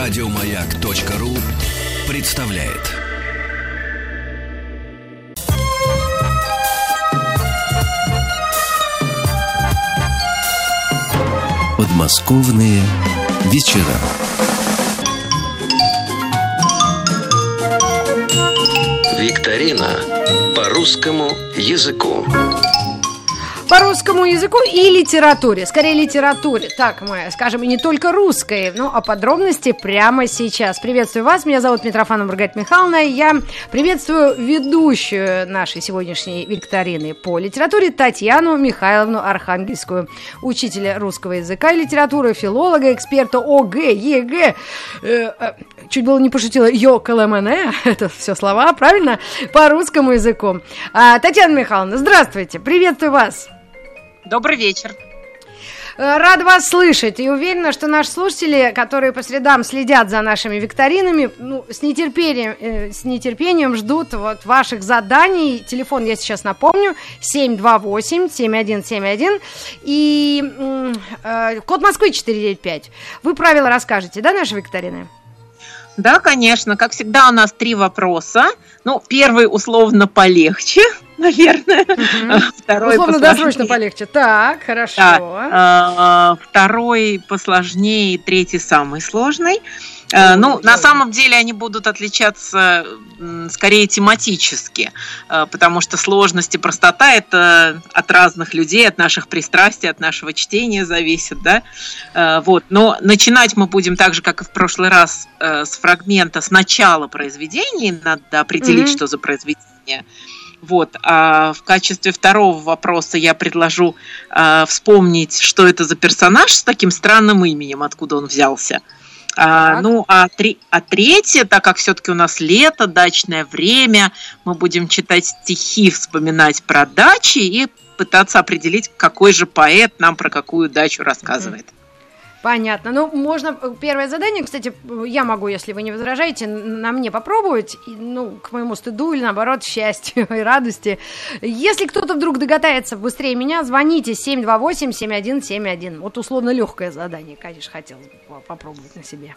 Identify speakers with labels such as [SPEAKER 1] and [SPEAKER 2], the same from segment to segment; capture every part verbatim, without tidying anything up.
[SPEAKER 1] Радиомаяк.ру представляет. Подмосковные вечера. Викторина по русскому языку.
[SPEAKER 2] По русскому языку и литературе. Скорее литературе. Так, мы скажем, и не только русской. Ну, а подробности прямо сейчас. Приветствую вас. Меня зовут Митрофанова Маргарита Михайловна. Я приветствую ведущую нашей сегодняшней викторины по литературе Татьяну Михайловну Архангельскую, учителя русского языка и литературы, филолога, эксперта ОГЭ, ЕГЭ. Э, чуть было не пошутила ЙОКЛМН. Это все слова, правильно? По русскому языку. А, Татьяна Михайловна, здравствуйте. Приветствую вас.
[SPEAKER 3] Добрый вечер.
[SPEAKER 2] Рад вас слышать и уверена, что наши слушатели, которые по средам следят за нашими викторинами, ну, с нетерпением, э, с нетерпением ждут вот ваших заданий. Телефон я сейчас напомню: семь два восемь семь один семь один и э, код Москвы четыре девять пять. Вы правила расскажете, да, наши викторины?
[SPEAKER 3] Да, конечно. Как всегда, у нас три вопроса. Ну, первый условно полегче, наверное.
[SPEAKER 2] Угу. Второй условно-досрочно полегче. Так, хорошо.
[SPEAKER 3] Да. Второй посложнее, третий самый сложный. Ой, ну, ой. На самом деле они будут отличаться скорее тематически, потому что сложность и простота – это от разных людей, от наших пристрастий, от нашего чтения зависит, да. Вот. Но начинать мы будем так же, как и в прошлый раз, с фрагмента, с начала произведения. Надо определить, mm-hmm. что за произведение. Вот. А в качестве второго вопроса я предложу а, вспомнить, что это за персонаж с таким странным именем, откуда он взялся. А, ну, а, три, а третье, так как все-таки у нас лето, дачное время, мы будем читать стихи, вспоминать про дачи и пытаться определить, какой же поэт нам про какую дачу рассказывает.
[SPEAKER 2] Понятно. Ну, можно первое задание, кстати, я могу, если вы не возражаете, на мне попробовать, ну, к моему стыду или, наоборот, счастью и радости. Если кто-то вдруг догадается быстрее меня, звоните семь два восемь семь один семь один. Вот условно легкое задание, конечно, хотелось бы попробовать на себе.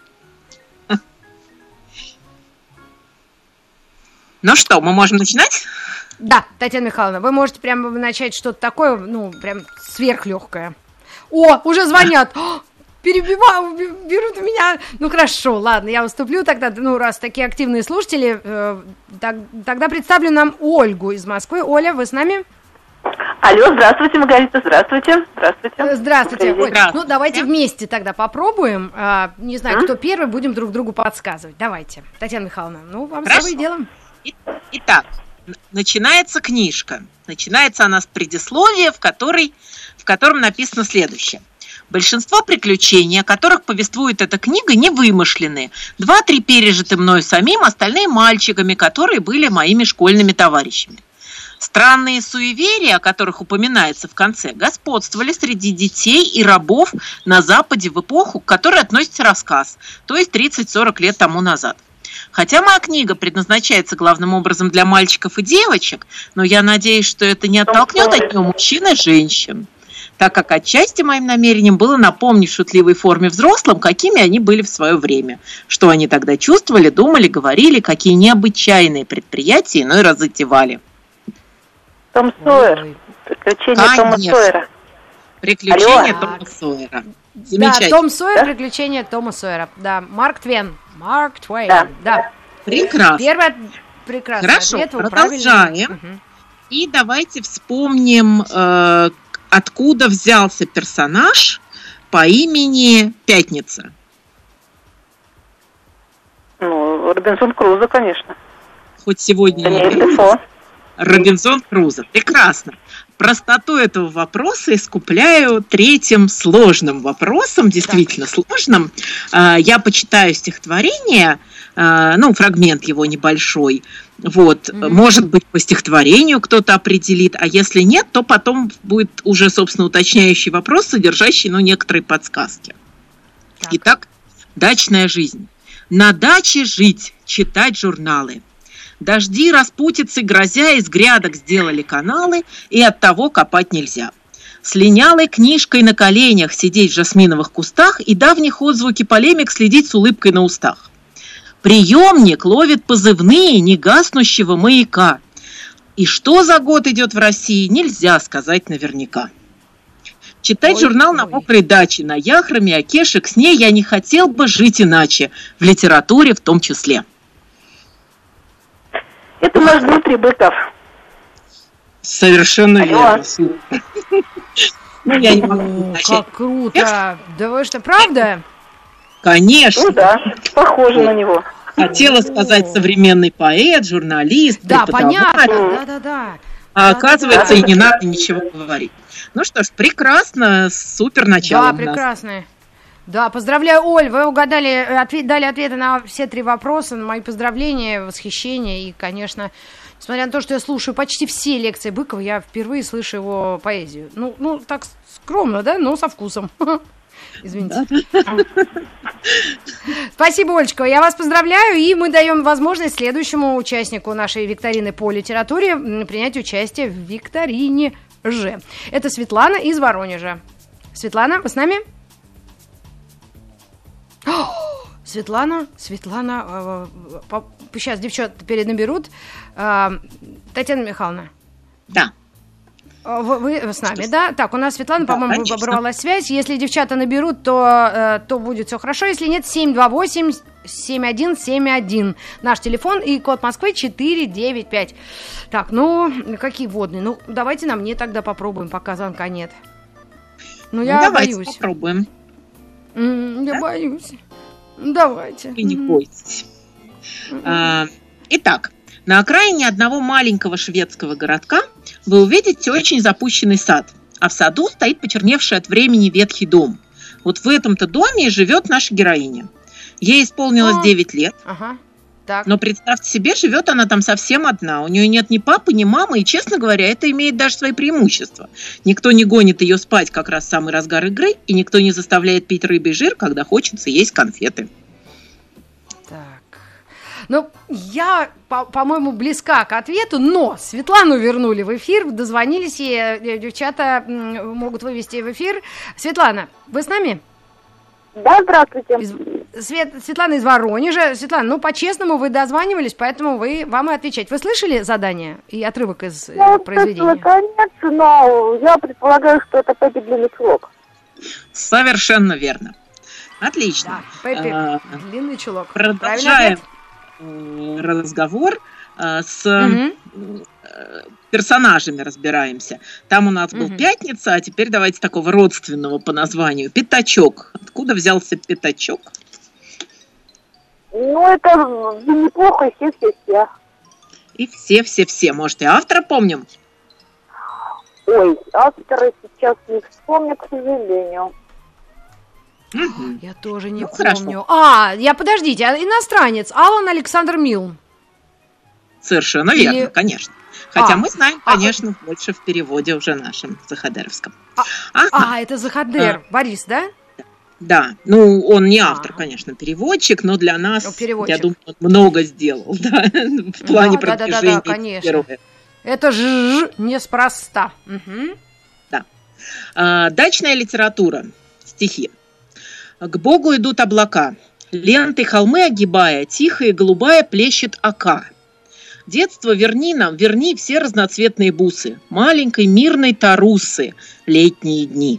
[SPEAKER 3] Ну что, мы можем начинать?
[SPEAKER 2] Да, Татьяна Михайловна, вы можете прямо начать что-то такое, ну, прям сверхлегкое. О, уже звонят! Перебиваю, берут меня. Ну хорошо, ладно, я уступлю тогда. Ну, раз такие активные слушатели, э, так, тогда представлю нам Ольгу из Москвы. Оля, вы с нами?
[SPEAKER 4] Алло, здравствуйте, Маргарита, здравствуйте. Здравствуйте.
[SPEAKER 2] Здравствуйте. Оль,
[SPEAKER 3] здравствуйте.
[SPEAKER 2] Ну, давайте вместе тогда попробуем. А, не знаю, mm-hmm. кто первый, будем друг другу подсказывать. Давайте. Татьяна Михайловна, ну, вам слово и дело.
[SPEAKER 3] Итак, начинается книжка. Начинается она с предисловия, в, которой, в котором написано следующее. Большинство приключений, о которых повествует эта книга, не вымышлены. Два-три пережиты мною самим, остальные мальчиками, которые были моими школьными товарищами. Странные суеверия, о которых упоминается в конце, господствовали среди детей и рабов на Западе в эпоху, к которой относится рассказ, то есть тридцать-сорок лет тому назад. Хотя моя книга предназначается главным образом для мальчиков и девочек, но я надеюсь, что это не оттолкнет от нее мужчин и женщин, так как отчасти моим намерением было напомнить в шутливой форме взрослым, какими они были в свое время, что они тогда чувствовали, думали, говорили, какие необычайные предприятия иной раз затевали.
[SPEAKER 4] Том Сойер. Приключения Конечно. Тома Сойера.
[SPEAKER 3] Приключения Алло. Тома Сойера.
[SPEAKER 2] Да, Том Сойер, да? Приключения Тома Сойера. Да, Марк Твен. Марк Твен.
[SPEAKER 4] Да.
[SPEAKER 2] да.
[SPEAKER 3] Прекрасно.
[SPEAKER 2] Первый прекрасный
[SPEAKER 3] Хорошо,
[SPEAKER 2] ответ.
[SPEAKER 3] Продолжаем. Угу. И давайте вспомним, э, откуда взялся персонаж по имени Пятница.
[SPEAKER 4] Ну, Робинзон Крузо, конечно.
[SPEAKER 3] Хоть сегодня
[SPEAKER 4] не
[SPEAKER 3] Дефо. Робинзон Крузо. Прекрасно. Простоту этого вопроса искупляю третьим сложным вопросом, действительно так. сложным. Я почитаю стихотворение, ну, фрагмент его небольшой. Вот, mm-hmm. может быть, по стихотворению кто-то определит, а если нет, то потом будет уже, собственно, уточняющий вопрос, содержащий, ну, некоторые подсказки. Так. Итак, дачная жизнь. На даче жить, читать журналы. Дожди, распутицы, грозя, из грядок сделали каналы, и оттого копать нельзя. С линялой книжкой на коленях сидеть в жасминовых кустах и давних отзвуки полемик следить с улыбкой на устах. Приемник ловит позывные негаснущего маяка. И что за год идет в России, нельзя сказать наверняка. Читать ой, журнал ой. На мокрой даче, на яхраме, оке, к сне я не хотел бы жить иначе, в литературе в том числе.
[SPEAKER 4] Это наш Дмитрий Быков.
[SPEAKER 3] Совершенно верно. Ну, я не могу
[SPEAKER 2] начать. Как круто! Да вы что, правда?
[SPEAKER 3] Конечно.
[SPEAKER 4] Ну да, похоже на него.
[SPEAKER 3] Хотела сказать современный поэт, журналист,
[SPEAKER 2] да, понятно, да, да, да.
[SPEAKER 3] А да, оказывается, да, и не да. надо ничего говорить. Ну что ж, прекрасно, супер начало.
[SPEAKER 2] Да, прекрасно. Да, поздравляю, Оль, вы угадали, ответ, дали ответы на все три вопроса. Мои поздравления, восхищение и, конечно, несмотря на то, что я слушаю почти все лекции Быкова, я впервые слышу его поэзию. Ну, ну так скромно, да, но со вкусом. Извините. Спасибо, Олечка. Я вас поздравляю, и мы даем возможность следующему участнику нашей викторины по литературе принять участие в викторине же. Это Светлана из Воронежа. Светлана, вы с нами? О, Светлана, Светлана, сейчас девчата перенаберут. Татьяна Михайловна.
[SPEAKER 3] Да.
[SPEAKER 2] Вы, вы с нами, да? Так, у нас Светлана,
[SPEAKER 3] да,
[SPEAKER 2] по-моему, конечно. Оборвалась связь. Если девчата наберут, то, то будет все хорошо. Если нет, семь два восемь семь один семь один. Наш телефон и код Москвы четыре девять пять. Так, ну, какие водные? Ну, давайте на мне тогда попробуем, пока звонка нет. Ну, я
[SPEAKER 3] ну, давайте
[SPEAKER 2] боюсь.
[SPEAKER 3] попробуем.
[SPEAKER 2] Mm, я да? боюсь. Давайте.
[SPEAKER 3] Вы не бойтесь. Mm-hmm. А, итак, на окраине одного маленького шведского городка вы увидите очень запущенный сад, а в саду стоит почерневший от времени ветхий дом. Вот в этом-то доме и живет наша героиня. Ей исполнилось девять лет,
[SPEAKER 2] ага. так.
[SPEAKER 3] но представьте себе, живет она там совсем одна. У нее нет ни папы, ни мамы, и, честно говоря, это имеет даже свои преимущества. Никто не гонит ее спать как раз в самый разгар игры, и никто не заставляет пить рыбий жир, когда хочется есть конфеты.
[SPEAKER 2] Ну, я, по- по-моему, близка к ответу, но Светлану вернули в эфир, дозвонились, и девчата могут вывести в эфир. Светлана, вы с нами?
[SPEAKER 4] Да, здравствуйте.
[SPEAKER 2] Из, Свет, Светлана из Воронежа. Светлана, ну, по-честному, вы дозванивались, поэтому вы, вам и отвечать. Вы слышали задание и отрывок из
[SPEAKER 4] ну,
[SPEAKER 2] произведения?
[SPEAKER 4] Ну, конечно, но я предполагаю, что это Пеппи длинный чулок.
[SPEAKER 3] Совершенно верно. Отлично.
[SPEAKER 2] Да, Пеппи, а, длинный чулок.
[SPEAKER 3] Продолжаем разговор с угу. персонажами разбираемся. Там у нас был угу. Пятница, а теперь давайте такого родственного по названию. Пятачок. Откуда взялся Пятачок?
[SPEAKER 4] Ну, это неплохо, и все-все-все.
[SPEAKER 3] И все-все-все. Может, и автора помним?
[SPEAKER 4] Ой, автора сейчас не вспомню, к сожалению.
[SPEAKER 2] Угу. Я тоже не
[SPEAKER 3] ну,
[SPEAKER 2] помню. Хорошо. А, я подождите, а иностранец Алан Александр Милн.
[SPEAKER 3] Совершенно Или... верно, конечно. Хотя а, мы знаем, конечно, а... больше в переводе уже нашем захадеровском.
[SPEAKER 2] А, ага. а это Захадер, а. Борис, да?
[SPEAKER 3] Да, ну он не автор, а. конечно, переводчик, но для нас,
[SPEAKER 2] переводчик.
[SPEAKER 3] Я думаю, он много сделал, да, в плане да, продвижения да, да, да, конечно. Героя.
[SPEAKER 2] Это ж неспроста. Угу.
[SPEAKER 3] Да. А, дачная литература, стихи. К Богу идут облака, ленты холмы огибая, тихая голубая плещет ока. Детство верни нам, верни все разноцветные бусы, маленькой мирной тарусы, летние дни.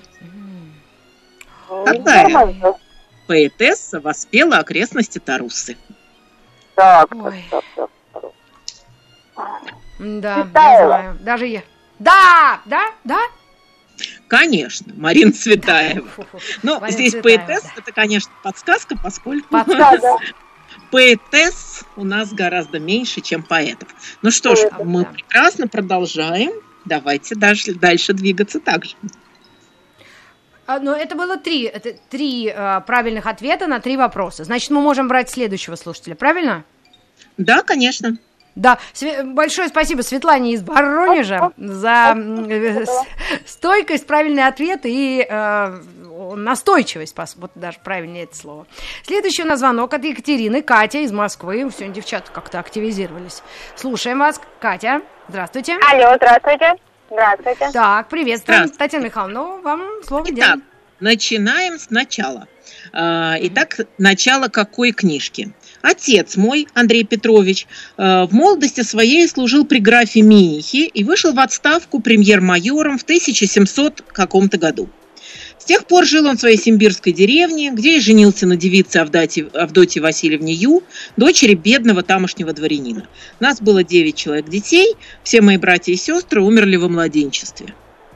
[SPEAKER 3] Какая поэтесса воспела окрестности Тарусы?
[SPEAKER 4] Так,
[SPEAKER 2] Ой. так, так, так. Да, не знаю. Даже я. Да, да, да.
[SPEAKER 3] Конечно, Марина Цветаева. Но
[SPEAKER 2] Марина
[SPEAKER 3] здесь
[SPEAKER 2] Цветаева,
[SPEAKER 3] поэтесс,
[SPEAKER 2] да.
[SPEAKER 3] Это, конечно, подсказка, поскольку
[SPEAKER 2] подсказка.
[SPEAKER 3] поэтесс у нас гораздо меньше, чем поэтов. Ну что ж,
[SPEAKER 4] Это,
[SPEAKER 3] мы
[SPEAKER 2] да.
[SPEAKER 3] прекрасно продолжаем. Давайте дальше, дальше двигаться так же.
[SPEAKER 2] А, но это было три, это три а, правильных ответа на три вопроса. Значит, мы можем брать следующего слушателя, правильно?
[SPEAKER 3] Да, конечно.
[SPEAKER 2] Да, большое спасибо Светлане из Воронежа за стойкость, правильный ответ и э, настойчивость, вот даже правильнее это слово. Следующий у нас звонок от Екатерины. Катя из Москвы. Сегодня девчата как-то активизировались. Слушаем вас, Катя. Здравствуйте.
[SPEAKER 5] Алло, здравствуйте.
[SPEAKER 4] Здравствуйте.
[SPEAKER 2] Так, приветствуем.
[SPEAKER 3] Здравствуйте.
[SPEAKER 2] Татьяна Михайловна, ну, вам слово
[SPEAKER 3] Итак,
[SPEAKER 2] дело.
[SPEAKER 3] начинаем сначала. А, Итак, начало какой книжки? Отец мой, Андрей Петрович, а, в молодости своей служил при графе Минихе и вышел в отставку премьер-майором в тысяча семьсот каком-то году. С тех пор жил он в своей симбирской деревне, где и женился на девице Авдотье, Авдотье Васильевне Ю, дочери бедного тамошнего дворянина. Нас было девять человек детей, все мои братья и сестры умерли во младенчестве.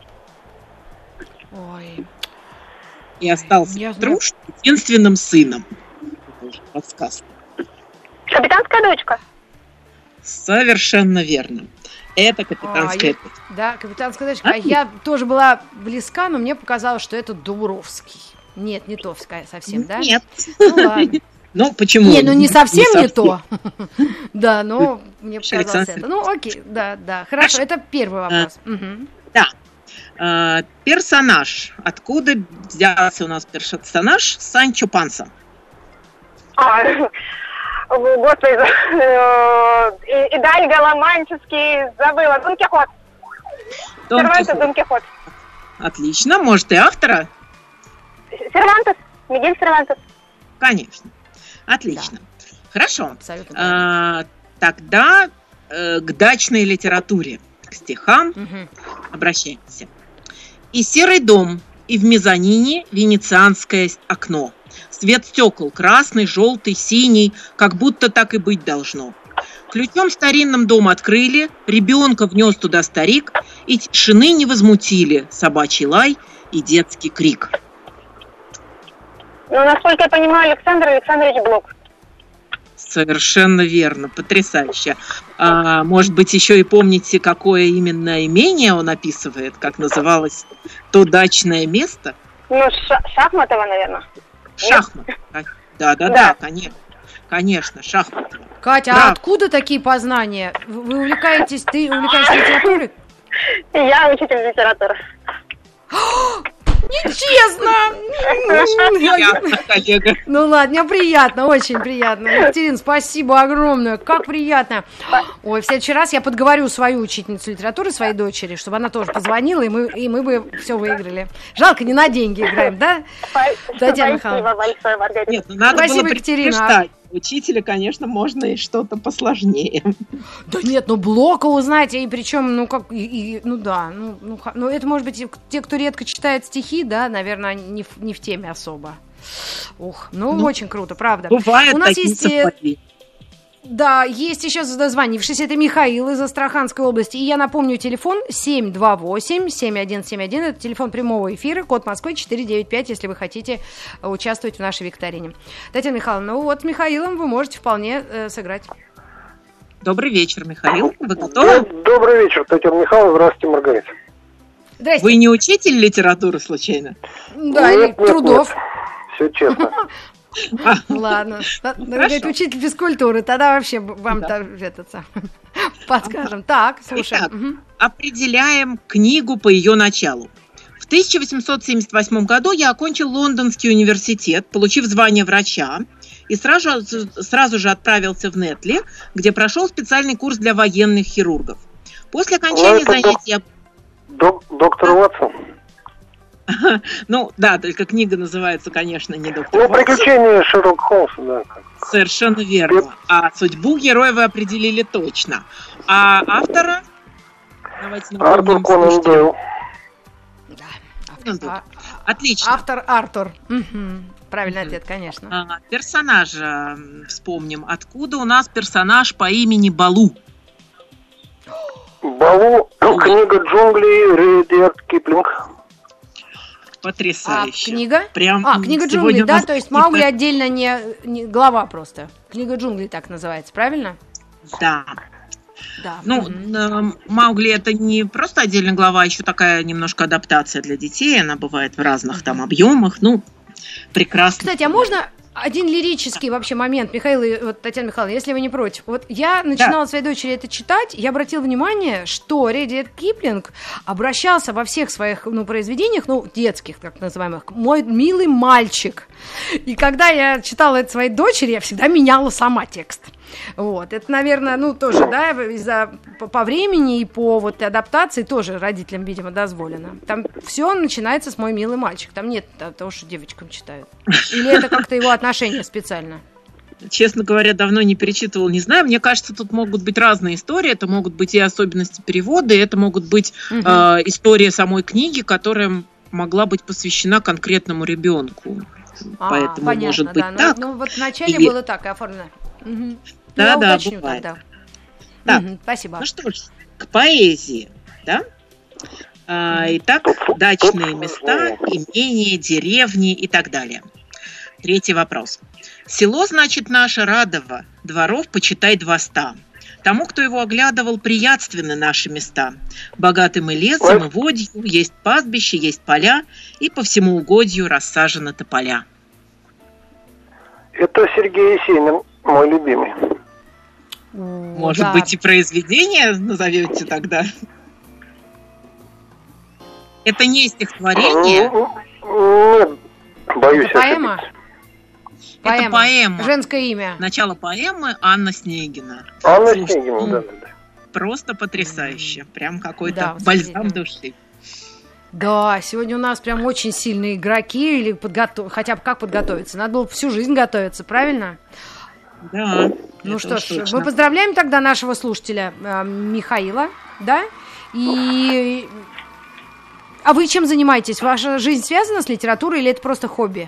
[SPEAKER 2] Ой,
[SPEAKER 3] И остался
[SPEAKER 2] Я знаю.
[SPEAKER 3] Петруш единственным сыном. Тоже подсказка.
[SPEAKER 4] Капитанская дочка.
[SPEAKER 3] Совершенно верно. Это капитанская
[SPEAKER 2] А,
[SPEAKER 3] дочка.
[SPEAKER 2] да, капитанская дочка. А я тоже была близка, но мне показалось, что это Дубровский. Нет, не то совсем, да?
[SPEAKER 3] Нет.
[SPEAKER 2] Ну ладно.
[SPEAKER 3] Ну, почему?
[SPEAKER 2] Не, ну не совсем не
[SPEAKER 3] совсем.
[SPEAKER 2] то. Да, но мне показалось
[SPEAKER 3] Александр
[SPEAKER 2] это. Ну, окей, да, да. Хорошо, это первый вопрос. Мгм.
[SPEAKER 3] А, персонаж. Откуда взялся у нас персонаж? Санчо Панса.
[SPEAKER 4] А, господи, э, и- Идальго, Ломанческий, забыла. Дон Кихот.
[SPEAKER 3] Дон
[SPEAKER 4] Сервантес,
[SPEAKER 3] Кихот.
[SPEAKER 4] Дон Кихот.
[SPEAKER 3] Отлично. Может, и автора?
[SPEAKER 4] Сервантес, Мигель Сервантес.
[SPEAKER 3] Конечно. Отлично. Хорошо.
[SPEAKER 2] Абсолютно правильно.
[SPEAKER 3] А, тогда э, к дачной литературе, к стихам
[SPEAKER 2] Мгм.
[SPEAKER 3] обращаемся. И серый дом, и в мезонине венецианское окно. Свет стекол красный, желтый, синий, как будто так и быть должно. Ключом старинным дом открыли, ребенка внес туда старик, и тишины не возмутили собачий лай и детский крик.
[SPEAKER 4] Ну, насколько я понимаю, Александр Александрович Блок.
[SPEAKER 3] Совершенно верно, потрясающе. А, может быть, еще и помните, какое именно имение он описывает, как называлось то дачное место?
[SPEAKER 4] Ну, Ша- Шахматова, наверное.
[SPEAKER 3] Шахмат. Да, да, да,
[SPEAKER 4] Да.
[SPEAKER 3] конечно. Конечно, Шахматова.
[SPEAKER 2] Катя, а
[SPEAKER 3] Браво.
[SPEAKER 2] откуда такие познания? Вы вы увлекаетесь, ты увлекаешься литературой?
[SPEAKER 4] И я учитель литературы.
[SPEAKER 2] Нечестно!
[SPEAKER 3] Приятно, коллега.
[SPEAKER 2] Ну ладно, мне приятно, очень приятно. Екатерина, спасибо огромное, как приятно. Ой, в следующий раз я подговорю свою учительницу литературы, своей дочери, чтобы она тоже позвонила, и мы, и мы бы все выиграли. Жалко, не на деньги играем, да? Татьяна
[SPEAKER 4] Спасибо
[SPEAKER 2] Михайловна.
[SPEAKER 4] большое, Маргарита.
[SPEAKER 3] Нет, ну надо
[SPEAKER 2] Спасибо,
[SPEAKER 3] было
[SPEAKER 2] Екатерина.
[SPEAKER 3] предупреждать. Учителя, конечно, можно и что-то посложнее.
[SPEAKER 2] Да нет, ну Блока узнать, и причем, ну как, и, и- ну да, ну, ну, ха- ну это может быть те, кто редко читает стихи, да, наверное, они не в, не в теме особо. Ух, ну,
[SPEAKER 3] Ну,
[SPEAKER 2] очень круто, правда.
[SPEAKER 3] Бывают
[SPEAKER 2] У нас
[SPEAKER 3] такие
[SPEAKER 2] есть, э,
[SPEAKER 3] совпадения.
[SPEAKER 2] Да, есть еще дозвонившийся, это Михаил из Астраханской области. И я напомню, телефон семь два восемь семь один семь один, это телефон прямого эфира, код Москвы четыреста девяносто пять, если вы хотите э, участвовать в нашей викторине. Татьяна Михайловна, ну вот с Михаилом вы можете вполне э, сыграть.
[SPEAKER 3] Добрый вечер, Михаил. Вы готовы?
[SPEAKER 5] Добрый вечер, Татьяна Михайловна. Здравствуйте, Маргарита.
[SPEAKER 2] Здрасте.
[SPEAKER 3] Вы не учитель литературы, случайно?
[SPEAKER 2] Да,
[SPEAKER 5] Нет,
[SPEAKER 2] или
[SPEAKER 5] нет,
[SPEAKER 2] трудов.
[SPEAKER 5] Все честно.
[SPEAKER 3] А,
[SPEAKER 2] Ладно. Да,
[SPEAKER 3] Хорошо.
[SPEAKER 2] говорит, учитель физкультуры, тогда вообще б- вам
[SPEAKER 3] Да.
[SPEAKER 2] там этот сам подскажем. Так, слушаем.
[SPEAKER 3] Итак,
[SPEAKER 2] Мгм.
[SPEAKER 3] определяем книгу по ее началу. В тысяча восемьсот семьдесят восьмом году я окончил Лондонский университет, получив звание врача, и сразу, сразу же отправился в Нетли, где прошел специальный курс для военных хирургов. После окончания
[SPEAKER 5] это док-
[SPEAKER 3] занятий... я-
[SPEAKER 5] Док- доктор Ватсон.
[SPEAKER 3] Ну, да, только книга называется, конечно, не «Доктор
[SPEAKER 5] Ну,
[SPEAKER 3] Ватсон».
[SPEAKER 5] приключения Шерлока Холмса, да.
[SPEAKER 3] Совершенно верно. А судьбу героя вы определили точно. А автора... Давайте
[SPEAKER 5] Артур
[SPEAKER 3] напомним
[SPEAKER 5] Конан
[SPEAKER 3] слушателям.
[SPEAKER 5] Дойл.
[SPEAKER 2] Да.
[SPEAKER 3] Конан Дойл.
[SPEAKER 2] А-
[SPEAKER 3] Отлично.
[SPEAKER 2] Автор Артур. Мгм. Правильный ответ, конечно.
[SPEAKER 3] А, персонажа м, вспомним. Откуда у нас персонаж по имени Балу?
[SPEAKER 5] Балу, книга джунглей, Редиард Киплинг.
[SPEAKER 2] А
[SPEAKER 3] Потрясающе.
[SPEAKER 2] книга?
[SPEAKER 3] Прям
[SPEAKER 2] А, книга
[SPEAKER 3] сегодня
[SPEAKER 2] джунглей,
[SPEAKER 3] у
[SPEAKER 2] да?
[SPEAKER 3] нас
[SPEAKER 2] То есть
[SPEAKER 3] какие-то-
[SPEAKER 2] Маугли отдельно не, не глава просто. Книга джунглей так называется, правильно?
[SPEAKER 3] Да.
[SPEAKER 2] Да.
[SPEAKER 3] Ну,
[SPEAKER 2] Мгм.
[SPEAKER 3] м, Маугли это не просто отдельная глава, а еще такая немножко адаптация для детей. Она бывает в разных там объемах. Ну, прекрасно.
[SPEAKER 2] Кстати, а можно один лирический вообще момент, Михаил и вот, Татьяна Михайловна, если вы не против. Вот я начинала своей дочери это читать, я обратила внимание, что Редиард Киплинг обращался во всех своих ну, произведениях, ну, детских, так называемых, мой милый мальчик. И когда я читала это своей дочери, я всегда меняла сама текст. Вот, это, наверное, ну, тоже, да, из-за по, по времени и по вот адаптации тоже родителям, видимо, дозволено. Там все начинается с «Мой милый мальчик», там нет того, что девочкам читают. Или это как-то его отношение специально?
[SPEAKER 3] Честно говоря, давно не перечитывала, не знаю. Мне кажется, тут могут быть разные истории. Это могут быть и особенности перевода, и это могут быть угу. э, история самой книги, которая могла быть посвящена конкретному ребенку.
[SPEAKER 2] А,
[SPEAKER 3] Поэтому,
[SPEAKER 2] понятно,
[SPEAKER 3] может быть,
[SPEAKER 2] да.
[SPEAKER 3] так.
[SPEAKER 2] Ну, ну, вот вначале
[SPEAKER 3] Или...
[SPEAKER 2] было так и оформлено. Угу.
[SPEAKER 3] Да,
[SPEAKER 2] Я
[SPEAKER 3] да,
[SPEAKER 2] уточню
[SPEAKER 3] бывает.
[SPEAKER 2] тогда.
[SPEAKER 3] Так,
[SPEAKER 2] угу, спасибо.
[SPEAKER 3] Ну что ж, к поэзии, да? А, итак, дачные места, имения, деревни и так далее. Третий вопрос. Село, значит, наше Радово, дворов почитай двоста. Тому, кто его оглядывал, приятственны наши места. Богатым и лесом, и водью, есть пастбище, есть поля, и по всему угодью рассажены тополя.
[SPEAKER 5] Это Сергей Есенин, мой любимый.
[SPEAKER 3] Может
[SPEAKER 2] да.
[SPEAKER 3] быть, и произведение назовете тогда? Это не стихотворение?
[SPEAKER 5] Нет, боюсь
[SPEAKER 2] это поэма?
[SPEAKER 5] ошибиться.
[SPEAKER 2] Поэма.
[SPEAKER 3] Это поэма.
[SPEAKER 2] Женское имя.
[SPEAKER 3] Начало поэмы Анна Снегина.
[SPEAKER 5] Анна
[SPEAKER 3] Слушайте,
[SPEAKER 5] Снегина,
[SPEAKER 3] ну,
[SPEAKER 5] да, да, да.
[SPEAKER 3] Просто потрясающе. Прям какой-то
[SPEAKER 2] Да,
[SPEAKER 3] бальзам души.
[SPEAKER 2] Да, сегодня у нас прям очень сильные игроки, или подготов... хотя бы как подготовиться? Надо было всю жизнь готовиться, правильно?
[SPEAKER 3] Да.
[SPEAKER 2] Ну что ж, мы поздравляем тогда нашего слушателя э, Михаила, да? И... А вы чем занимаетесь? Ваша жизнь связана с литературой или это просто хобби?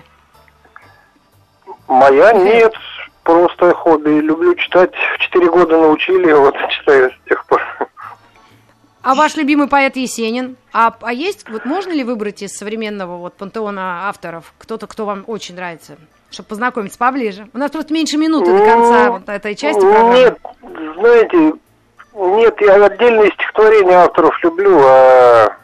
[SPEAKER 5] Моя нет, просто хобби. Люблю читать. В четыре года научили, вот читаю с тех пор.
[SPEAKER 2] А ваш любимый поэт Есенин? А, а есть, вот можно ли выбрать из современного вот пантеона авторов кто-то, кто вам очень нравится, чтобы познакомиться поближе? У нас просто меньше минуты до конца вот этой части программы.
[SPEAKER 5] Нет, знаете, нет, я отдельные стихотворения авторов люблю, а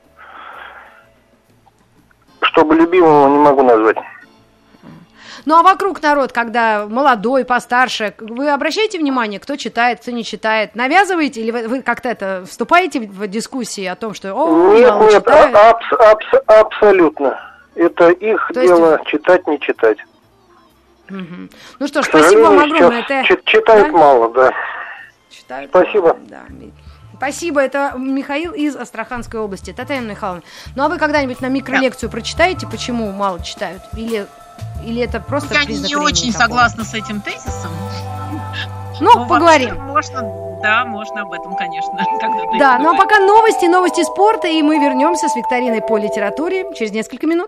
[SPEAKER 5] чтобы любимого не могу назвать.
[SPEAKER 2] Ну, а вокруг народ, когда молодой, постарше, вы обращаете внимание, кто читает, кто не читает? Навязываете или вы, вы как-то это вступаете в дискуссии о том, что о,
[SPEAKER 5] нет,
[SPEAKER 2] мало
[SPEAKER 5] нет,
[SPEAKER 2] читают?
[SPEAKER 5] абс- абс- абсолютно. Это их
[SPEAKER 2] То
[SPEAKER 5] дело
[SPEAKER 2] есть...
[SPEAKER 5] читать, не читать.
[SPEAKER 2] Угу. Ну что ж, спасибо вам огромное. Это...
[SPEAKER 5] Читают да? мало, да.
[SPEAKER 2] Читают
[SPEAKER 5] спасибо.
[SPEAKER 2] Мало, да. Спасибо, это Михаил из Астраханской области. Татьяна Михайловна, ну а вы когда-нибудь на микролекцию да. прочитаете, почему мало читают? Или... Или это просто
[SPEAKER 3] Я
[SPEAKER 2] признак
[SPEAKER 3] не очень
[SPEAKER 2] такого?
[SPEAKER 3] согласна с этим тезисом.
[SPEAKER 2] Ну, но поговорим.
[SPEAKER 3] Можно, да, можно об этом, конечно.
[SPEAKER 2] Да, ну а пока новости, новости спорта, и мы вернемся с викториной по литературе через несколько минут.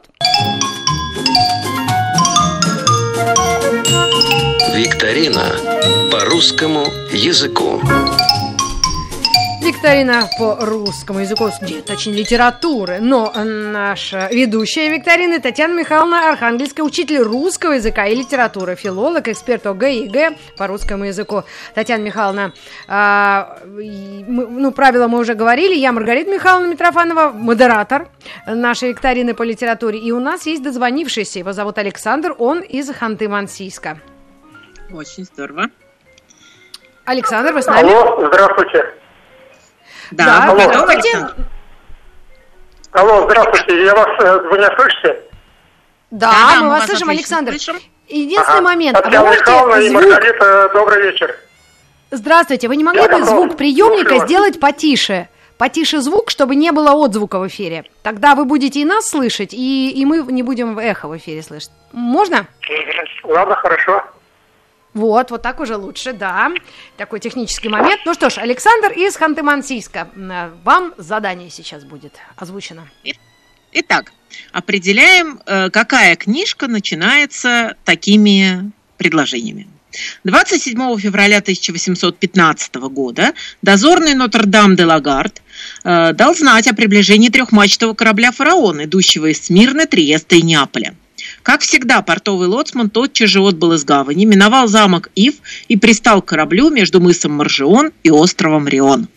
[SPEAKER 1] Викторина по русскому языку.
[SPEAKER 2] Викторина по русскому языку, точнее литературы, но наша ведущая викторины Татьяна Михайловна Архангельская, учитель русского языка и литературы, филолог, эксперт ОГЭ и ЕГЭ по русскому языку. Татьяна Михайловна, а, мы, ну, правила мы уже говорили, я Маргарита Михайловна Митрофанова, модератор нашей викторины по литературе, и у нас есть дозвонившийся, его зовут Александр, он из Ханты-Мансийска.
[SPEAKER 3] Очень здорово.
[SPEAKER 2] Александр, вы с нами?
[SPEAKER 5] Алло, здравствуйте.
[SPEAKER 3] Да,
[SPEAKER 2] да
[SPEAKER 3] алло,
[SPEAKER 2] здравствуйте.
[SPEAKER 5] Алло, здравствуйте, я вас, вы меня слышите?
[SPEAKER 2] Да,
[SPEAKER 3] да,
[SPEAKER 2] мы,
[SPEAKER 3] мы
[SPEAKER 2] вас
[SPEAKER 3] вас
[SPEAKER 2] слышим, Александр.
[SPEAKER 3] Слышим.
[SPEAKER 2] Единственный
[SPEAKER 5] ага.
[SPEAKER 2] момент.
[SPEAKER 5] Татьяна
[SPEAKER 2] вы
[SPEAKER 5] Михайловна
[SPEAKER 2] можете
[SPEAKER 5] и
[SPEAKER 2] звук...
[SPEAKER 5] Маргарита, добрый вечер.
[SPEAKER 2] Здравствуйте, вы не могли
[SPEAKER 5] я
[SPEAKER 2] бы
[SPEAKER 5] готов.
[SPEAKER 2] звук приемника
[SPEAKER 5] Слушаю.
[SPEAKER 2] сделать потише? Потише звук, чтобы не было отзвука в эфире. Тогда вы будете и нас слышать, и, и мы не будем эхо в эфире слышать. Можно?
[SPEAKER 5] Ладно, хорошо.
[SPEAKER 2] Вот, вот так уже лучше, да. Такой технический момент. Ну что ж, Александр из Ханты-Мансийска. Вам задание сейчас будет озвучено.
[SPEAKER 3] Итак, определяем, какая книжка начинается такими предложениями. двадцать седьмого февраля тысяча восемьсот пятнадцатого года дозорный Нотр-Дам-де-Лагард э, дал знать о приближении трехмачтового корабля «Фараон», идущего из Смирны, Триеста и Неаполя. Как всегда, портовый лоцман тотчас же отбыл из гавани, миновал замок Ив и пристал к кораблю между мысом Маржион и островом Рион.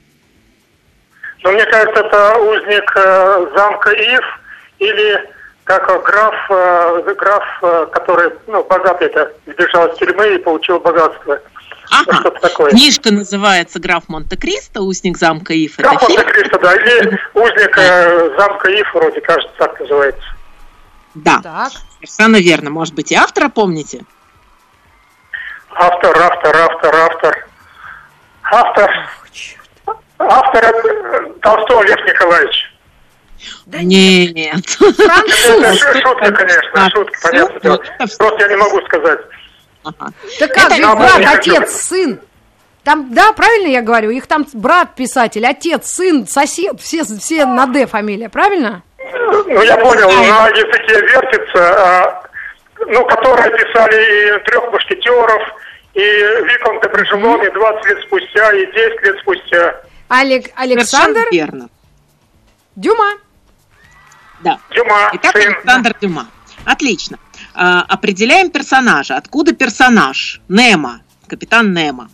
[SPEAKER 5] Ну, мне кажется, это узник э, замка Ив или как граф, э, граф, э, который, ну, богатый, это, сбежал из тюрьмы и получил богатство.
[SPEAKER 3] Ага,
[SPEAKER 5] что-то такое.
[SPEAKER 3] Книжка называется «Граф Монте-Кристо», «Узник замка Ив».
[SPEAKER 5] Граф
[SPEAKER 3] Это фильм.
[SPEAKER 5] Монте-Кристо, да, или узник э, замка Ив, вроде, кажется, так называется.
[SPEAKER 3] Да,
[SPEAKER 2] Так.
[SPEAKER 3] совершенно верно. Может быть, и автора помните?
[SPEAKER 5] Автор, автор, автор, автор. Автор. Автор э, Толстой Лев Николаевич.
[SPEAKER 2] Да
[SPEAKER 3] Нет.
[SPEAKER 2] Француз.
[SPEAKER 5] Это шутка, конечно, шутка, понятно. дело. Просто я не могу сказать.
[SPEAKER 3] Ага.
[SPEAKER 2] Да как
[SPEAKER 3] Это
[SPEAKER 2] же
[SPEAKER 5] я
[SPEAKER 2] брат,
[SPEAKER 5] не хочу.
[SPEAKER 2] отец, сын? Там, да, правильно я говорю? Их там брат писатель, отец, сын, сосед, все, все на «Д» фамилия, правильно?
[SPEAKER 5] Ну, я понял, на языке вертится, а, ну, которые писали и «Трех мушкетеров», и «Виконт де Брежелон», и двадцать лет спустя, и десять лет спустя.
[SPEAKER 2] Олег, Александр
[SPEAKER 3] Совершенно верно.
[SPEAKER 2] Дюма.
[SPEAKER 3] Да.
[SPEAKER 5] Дюма,
[SPEAKER 3] Итак,
[SPEAKER 5] сын.
[SPEAKER 3] Александр Дюма. Отлично. А, определяем персонажа. Откуда персонаж? Немо. Капитан Немо.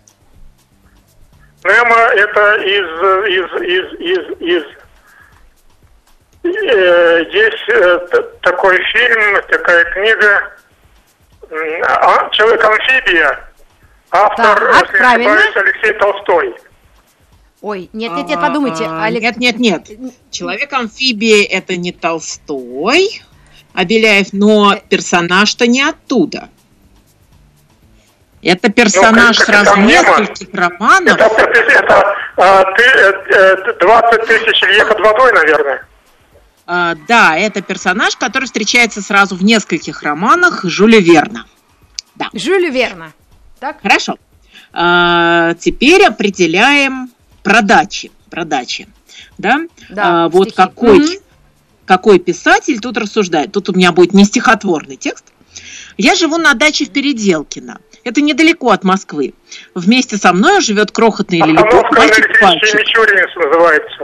[SPEAKER 5] Немо это из, из, из, из, из э, есть э, т- такой фильм, такая книга м, а, «Человек-амфибия». Автор,
[SPEAKER 2] Так,
[SPEAKER 5] если не
[SPEAKER 2] правильно.
[SPEAKER 5] ошибаюсь, Алексей Толстой.
[SPEAKER 2] Ой, нет, нет, нет, подумайте.
[SPEAKER 3] А,
[SPEAKER 2] Олег...
[SPEAKER 3] Нет, нет, нет. Человек-амфибия это не Толстой, а Беляев, но персонаж-то не оттуда. Это персонаж
[SPEAKER 5] Ну,
[SPEAKER 3] сразу
[SPEAKER 5] Капитан Немо.
[SPEAKER 3] нескольких романов.
[SPEAKER 5] Это, это, это, а, ты, э, э, двадцать тысяч лье под водой, наверное.
[SPEAKER 3] А, да, это персонаж, который встречается сразу в нескольких романах Жюля Верна. Да.
[SPEAKER 2] Жюль Верна. Так?
[SPEAKER 3] Хорошо. А, теперь определяем продачи. Продачи. Да?
[SPEAKER 2] Да,
[SPEAKER 3] А, вот
[SPEAKER 2] стихи.
[SPEAKER 3] какой,
[SPEAKER 2] Мгм.
[SPEAKER 3] какой писатель тут рассуждает. Тут у меня будет не стихотворный текст. Я живу на даче в Переделкино. Это недалеко от Москвы. Вместе со мной живет крохотный лилипут,
[SPEAKER 5] Остановка на
[SPEAKER 3] мальчик
[SPEAKER 5] электричке
[SPEAKER 3] пальчик.
[SPEAKER 5] Мичуринец называется.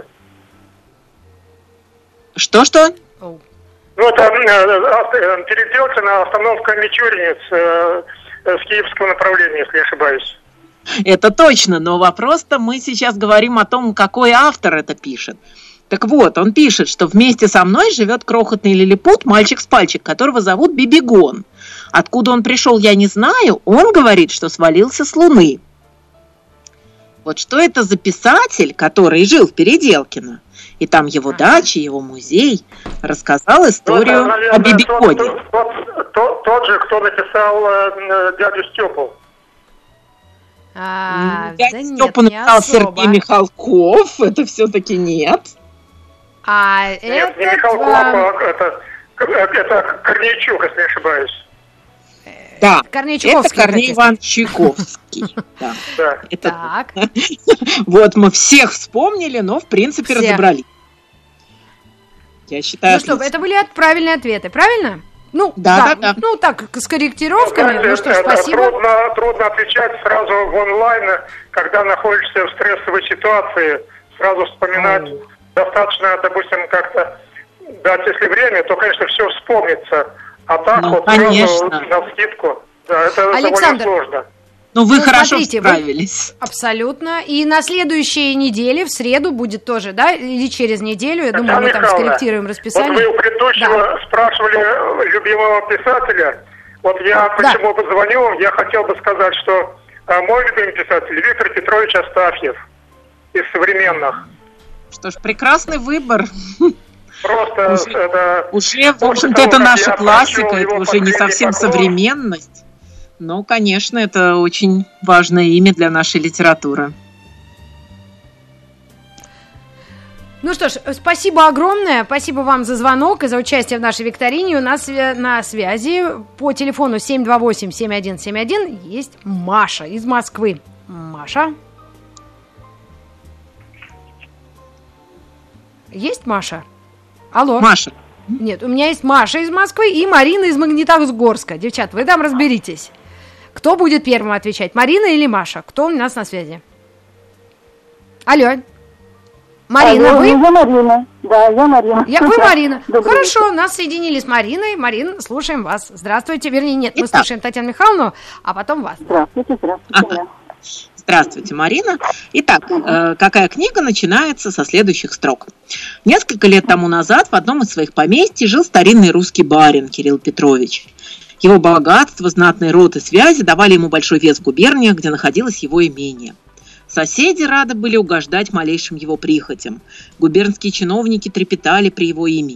[SPEAKER 3] Что-что?
[SPEAKER 2] Оу.
[SPEAKER 5] Ну, это э, Переделкино, остановка Мичуринец э, э, с киевского направления, если не ошибаюсь.
[SPEAKER 3] Это точно, но вопрос-то мы сейчас говорим о том, какой автор это пишет. Так вот, он пишет, что вместе со мной живет крохотный лилипут, мальчик с пальчик, которого зовут Бибигон. Откуда он пришел, я не знаю. Он говорит, что свалился с Луны. Вот что это за писатель, который жил в Переделкино, и там его дача, его музей, рассказал историю
[SPEAKER 5] Ну, это, наверное,
[SPEAKER 3] о Бибигоне.
[SPEAKER 5] Тот, тот, тот, тот же, кто написал э, «Дядю Степу».
[SPEAKER 2] А,
[SPEAKER 3] Я
[SPEAKER 2] да нет,
[SPEAKER 3] Степа
[SPEAKER 2] не
[SPEAKER 3] написал
[SPEAKER 2] особо.
[SPEAKER 3] Сергей Михалков, это все-таки нет.
[SPEAKER 2] А
[SPEAKER 5] Нет, не
[SPEAKER 2] этот,
[SPEAKER 5] Михалков,
[SPEAKER 2] а,
[SPEAKER 5] а это, это Корнейчук, если не ошибаюсь.
[SPEAKER 3] Да,
[SPEAKER 2] Корней
[SPEAKER 3] это
[SPEAKER 2] Чуковский
[SPEAKER 3] Корней
[SPEAKER 2] написано.
[SPEAKER 3] Иванович Чайковский. Да.
[SPEAKER 5] Да.
[SPEAKER 3] Это-
[SPEAKER 2] Так,
[SPEAKER 3] Вот мы всех вспомнили, но в принципе
[SPEAKER 2] Всех.
[SPEAKER 3] разобрались. Я считаю,
[SPEAKER 2] ну что,
[SPEAKER 3] отлично.
[SPEAKER 2] это были от- правильные ответы, правильно? Ну,
[SPEAKER 3] Да, да, да.
[SPEAKER 2] Ну, так, с корректировками.
[SPEAKER 5] Знаете,
[SPEAKER 2] Ну что ж,
[SPEAKER 5] это
[SPEAKER 2] спасибо.
[SPEAKER 5] Трудно, трудно отвечать сразу в онлайн, когда находишься в стрессовой ситуации. Сразу вспоминать достаточно, допустим, как-то дать, если время, то, конечно, все вспомнится. А так
[SPEAKER 3] Ну,
[SPEAKER 5] вот
[SPEAKER 3] конечно.
[SPEAKER 5] сразу навскидку, да, это
[SPEAKER 2] Александр.
[SPEAKER 5] довольно сложно.
[SPEAKER 3] Ну вы
[SPEAKER 2] Ну,
[SPEAKER 3] хорошо
[SPEAKER 2] смотрите, вы-
[SPEAKER 3] справились.
[SPEAKER 2] Абсолютно. И на следующей неделе, в среду, будет тоже, да, или через неделю, я думаю, мы там
[SPEAKER 5] Михайловна,
[SPEAKER 2] скорректируем
[SPEAKER 5] Вот
[SPEAKER 2] расписание.
[SPEAKER 5] вы у предыдущего спрашивали любимого писателя. Вот я
[SPEAKER 2] Да.
[SPEAKER 5] почему позвонил, я хотел бы сказать, что а, мой любимый писатель Виктор Петрович Астафьев из современных.
[SPEAKER 3] Что ж, прекрасный выбор.
[SPEAKER 5] Просто
[SPEAKER 3] Уже-
[SPEAKER 5] это...
[SPEAKER 3] Уже, в
[SPEAKER 5] После
[SPEAKER 3] общем-то,
[SPEAKER 5] того,
[SPEAKER 3] это
[SPEAKER 5] как
[SPEAKER 3] наша
[SPEAKER 5] я
[SPEAKER 3] классика,
[SPEAKER 5] прочел
[SPEAKER 3] это
[SPEAKER 5] его
[SPEAKER 3] уже не
[SPEAKER 5] «Последний
[SPEAKER 3] совсем
[SPEAKER 5] поклон»,
[SPEAKER 3] современность. Но, конечно, это очень важное имя для нашей литературы.
[SPEAKER 2] Ну что ж, спасибо огромное. Спасибо вам за звонок и за участие в нашей викторине. У нас свя- на связи по телефону семь два восемь семь один семь один есть Маша из Москвы. Маша? Есть Маша? Алло?
[SPEAKER 3] Маша,
[SPEAKER 2] Нет, у меня есть Маша из Москвы и Марина из Магнитогорска. Девчат, вы там разберитесь. Кто будет первым отвечать, Марина или Маша? Кто у нас на связи? Алло. Марина,
[SPEAKER 4] Алло,
[SPEAKER 2] вы?
[SPEAKER 4] Я Марина. Да, я Марина.
[SPEAKER 2] Я, вы Марина.
[SPEAKER 4] Добрый
[SPEAKER 2] Хорошо, нас соединили с Мариной. Марин, слушаем вас. Здравствуйте. Вернее, нет, мы
[SPEAKER 3] Итак.
[SPEAKER 2] слушаем Татьяну Михайловну, а потом вас.
[SPEAKER 4] Здравствуйте, здравствуйте.
[SPEAKER 3] Ага.
[SPEAKER 4] да.
[SPEAKER 3] здравствуйте, Марина. Итак, э, какая книга начинается со следующих строк. Несколько лет тому назад в одном из своих поместий жил старинный русский барин Кирилл Петрович. Его богатство, знатный род и связи давали ему большой вес в губерниях, где находилось его имение. Соседи рады были угождать малейшим его прихотям. Губернские чиновники трепетали при его имени.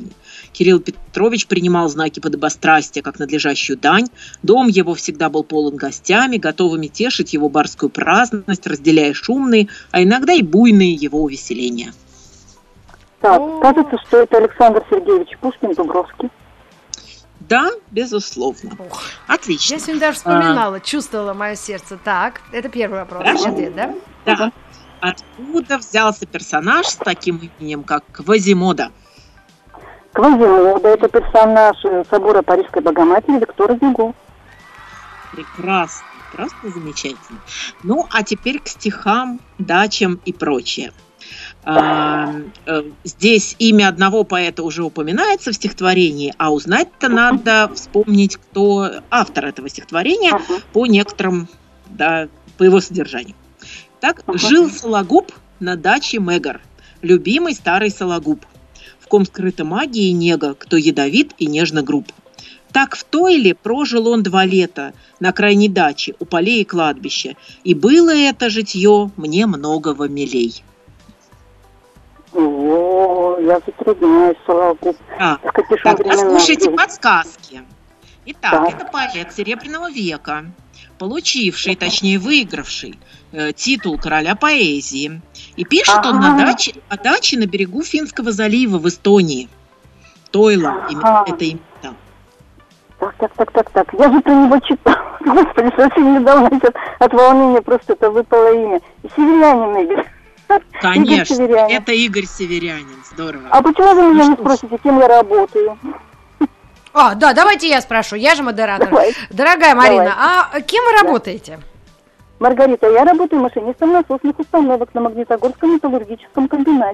[SPEAKER 3] Кирилл Петрович принимал знаки подобострастия, как надлежащую дань. Дом его всегда был полон гостями, готовыми тешить его барскую праздность, разделяя шумные, а иногда и буйные его увеселения.
[SPEAKER 4] Так, кажется, что это Александр Сергеевич Пушкин, Дубровский.
[SPEAKER 3] Да, безусловно.
[SPEAKER 2] Ох.
[SPEAKER 3] Отлично.
[SPEAKER 2] Я сегодня даже вспоминала, а... чувствовала мое сердце. Так, это первый вопрос. Ответ, да?
[SPEAKER 3] Да. Откуда взялся персонаж с таким именем, как Квазимода?
[SPEAKER 4] Квазимода – это персонаж собора Парижской Богоматери Виктора Гюго.
[SPEAKER 3] Прекрасно, просто замечательно. Ну, а теперь к стихам, дачам и прочее. А, здесь имя одного поэта уже упоминается в стихотворении, а узнать-то надо вспомнить, кто автор этого стихотворения по некоторым, да, по его содержанию. Так, жил Сологуб на даче Мегар, любимый старый Сологуб, в ком скрыта магия и нега, кто ядовит и нежно груб. Так в Тойле прожил он два лета на крайней даче у полей и кладбища, и было это житье мне многого милей.
[SPEAKER 4] О, я затрудняюсь, Сологуб.
[SPEAKER 3] А, так, послушайте подсказки. Итак, так. Это поэт Серебряного века, получивший, точнее выигравший э, титул короля поэзии. И пишет ага. он на даче, на даче на берегу Финского залива в Эстонии. Тойла, ага. это именно там.
[SPEAKER 4] Так, так, так, так, так. Я же про него читала. Господи, совсем недавно от, от волнения просто это выпало имя. Северянин Игорь.
[SPEAKER 3] Конечно, Игорь это Игорь Северянин. Здорово.
[SPEAKER 4] А почему вы меня ну, не спросите, кем я работаю?
[SPEAKER 2] А, да, давайте я спрошу, я же модератор. Давай. Дорогая Марина, Давай. а кем вы работаете?
[SPEAKER 4] Маргарита, я работаю машинистом насосных установок на Магнитогорском металлургическом комбинате.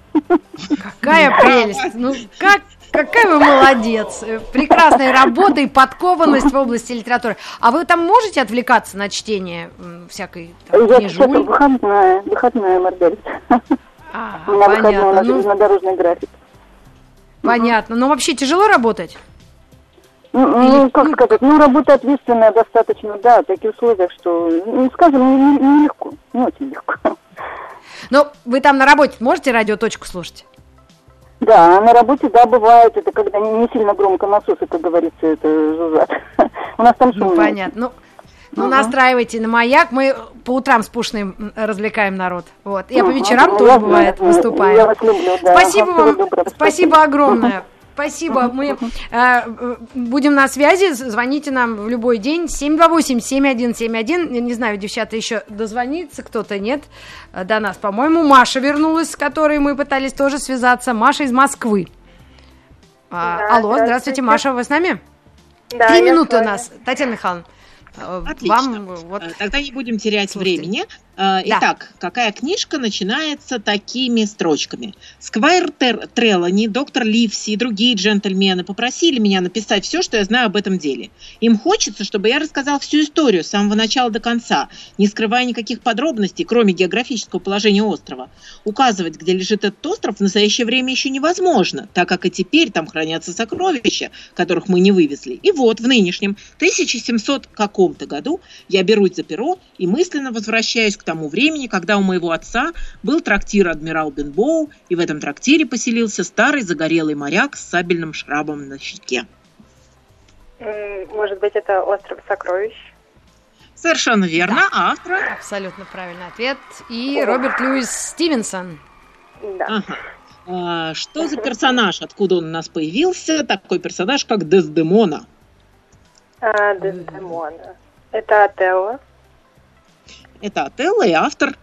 [SPEAKER 2] Какая прелесть! Ну, как, какая вы молодец! Прекрасная работа и подкованность в области литературы. А вы там можете отвлекаться на чтение всякой там,
[SPEAKER 4] Я сейчас выходная, выходная, Маргарита.
[SPEAKER 2] А,
[SPEAKER 4] У меня
[SPEAKER 2] понятно.
[SPEAKER 4] выходной, у нас
[SPEAKER 2] ну,
[SPEAKER 4] железнодорожный график.
[SPEAKER 2] Понятно. Но вообще тяжело работать?
[SPEAKER 4] Ну, ну, как сказать, ну, работа ответственная достаточно, да, в таких условиях, что, ну, скажем, нелегко, не, не очень легко.
[SPEAKER 2] Ну, вы там на работе можете радиоточку слушать?
[SPEAKER 4] Да, на работе, да, бывает, это когда не, не сильно громко насосы, как говорится, это жужжат. У нас там шум.
[SPEAKER 2] Ну, понятно, ну, ну, настраивайте на маяк, мы по утрам с Пушным развлекаем народ, вот, я по вечерам тоже, бывает, выступаю.
[SPEAKER 4] Я вас люблю, да.
[SPEAKER 2] Спасибо вам, спасибо огромное. Спасибо. Мы э, будем на связи. Звоните нам в любой день. семь два восемь семь один семь один. Не знаю, девчата, еще дозвонится кто-то, нет? До нас, по-моему. Маша вернулась, с которой мы пытались тоже связаться. Маша из Москвы. А, да, алло, здравствуйте. здравствуйте, Маша, вы с нами?
[SPEAKER 4] Да,
[SPEAKER 2] Три минуты у нас. Татьяна Михайловна.
[SPEAKER 3] Отлично. Вам, вот... Тогда не будем терять Слушайте. времени. Итак, да. Какая книжка начинается такими строчками? Сквайр Трелани, доктор Ливси и другие джентльмены попросили меня написать все, что я знаю об этом деле. Им хочется, чтобы я рассказал всю историю с самого начала до конца, не скрывая никаких подробностей, кроме географического положения острова. Указывать, где лежит этот остров, в настоящее время еще невозможно, так как и теперь там хранятся сокровища, которых мы не вывезли. И вот в нынешнем тысяча семьсот каком-то году я берусь за перо и мысленно возвращаюсь к тому времени, когда у моего отца был трактир «Адмирал Бенбоу», и в этом трактире поселился старый загорелый моряк с сабельным шрабом на щеке.
[SPEAKER 6] Может быть, это «Остров сокровищ»?
[SPEAKER 3] Совершенно верно.
[SPEAKER 2] Да.
[SPEAKER 3] А автор?
[SPEAKER 2] Абсолютно правильный ответ. И Роберт Льюис Стивенсон.
[SPEAKER 6] Да.
[SPEAKER 3] Ага. А, что за персонаж? Откуда он у нас появился? Такой персонаж, как Дездемона.
[SPEAKER 6] А, Дездемона. Это Отелло.
[SPEAKER 3] Это Отелло и автор.